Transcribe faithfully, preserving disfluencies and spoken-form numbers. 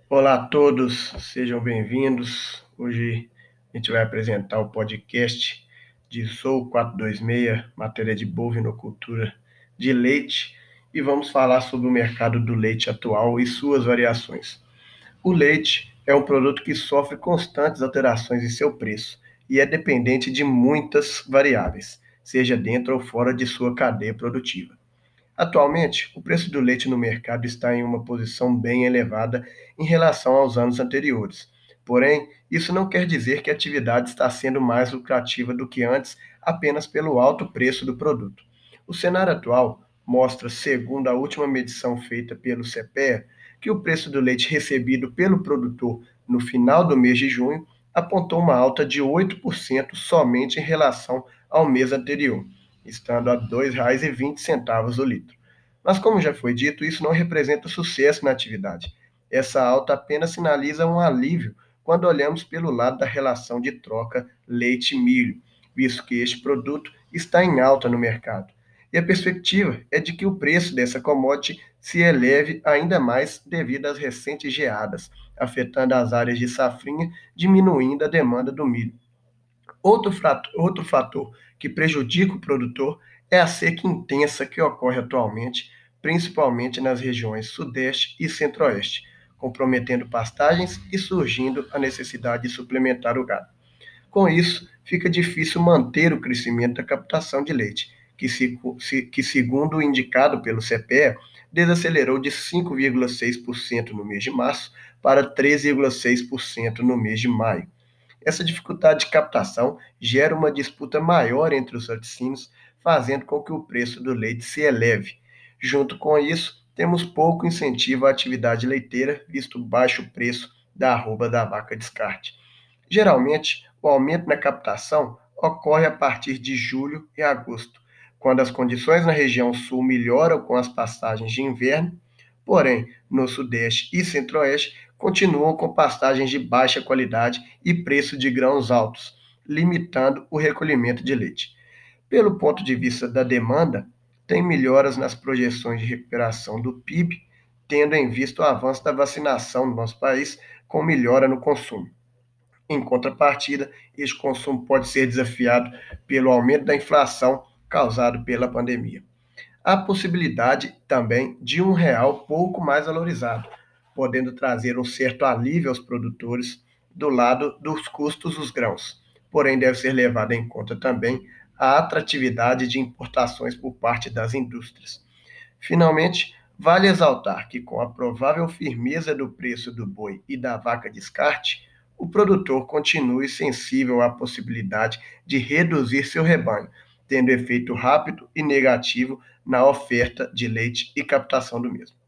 Olá a todos, sejam bem-vindos. Hoje a gente vai apresentar o podcast de Sou quatrocentos e vinte e seis, matéria de bovinocultura de leite, e vamos falar sobre o mercado do leite atual e suas variações. O leite é um produto que sofre constantes alterações em seu preço e é dependente de muitas variáveis, seja dentro ou fora de sua cadeia produtiva. Atualmente, o preço do leite no mercado está em uma posição bem elevada em relação aos anos anteriores. Porém, isso não quer dizer que a atividade está sendo mais lucrativa do que antes apenas pelo alto preço do produto. O cenário atual mostra, segundo a última medição feita pelo CEPEA, que o preço do leite recebido pelo produtor no final do mês de junho apontou uma alta de oito por cento somente em relação ao mês anterior, estando a R dois reais e vinte centavos o litro. Mas, como já foi dito, isso não representa sucesso na atividade. Essa alta apenas sinaliza um alívio quando olhamos pelo lado da relação de troca leite-milho, visto que este produto está em alta no mercado. E a perspectiva é de que o preço dessa commodity se eleve ainda mais devido às recentes geadas, afetando as áreas de safrinha, diminuindo a demanda do milho. Outro, frato- outro fator que prejudica o produtor é a seca intensa que ocorre atualmente, principalmente nas regiões Sudeste e Centro-Oeste, comprometendo pastagens e surgindo a necessidade de suplementar o gado. Com isso, fica difícil manter o crescimento da captação de leite, que, se- se- que segundo o indicado pelo CEPEA, desacelerou de cinco vírgula seis por cento no mês de março para três vírgula seis por cento no mês de maio. Essa dificuldade de captação gera uma disputa maior entre os laticínios, fazendo com que o preço do leite se eleve. Junto com isso, temos pouco incentivo à atividade leiteira, visto o baixo preço da arroba da vaca descarte. Geralmente, o aumento na captação ocorre a partir de julho e agosto, quando as condições na região sul melhoram com as passagens de inverno. Porém, no Sudeste e Centro-Oeste continuam com pastagens de baixa qualidade e preço de grãos altos, limitando o recolhimento de leite. Pelo ponto de vista da demanda, tem melhoras nas projeções de recuperação do P I B, tendo em vista o avanço da vacinação no nosso país, com melhora no consumo. Em contrapartida, este consumo pode ser desafiado pelo aumento da inflação causado pela pandemia. Há possibilidade também de um real pouco mais valorizado, podendo trazer um certo alívio aos produtores do lado dos custos dos grãos. Porém, deve ser levada em conta também a atratividade de importações por parte das indústrias. Finalmente, vale exaltar que, com a provável firmeza do preço do boi e da vaca descarte, o produtor continue sensível à possibilidade de reduzir seu rebanho, tendo efeito rápido e negativo na oferta de leite e captação do mesmo.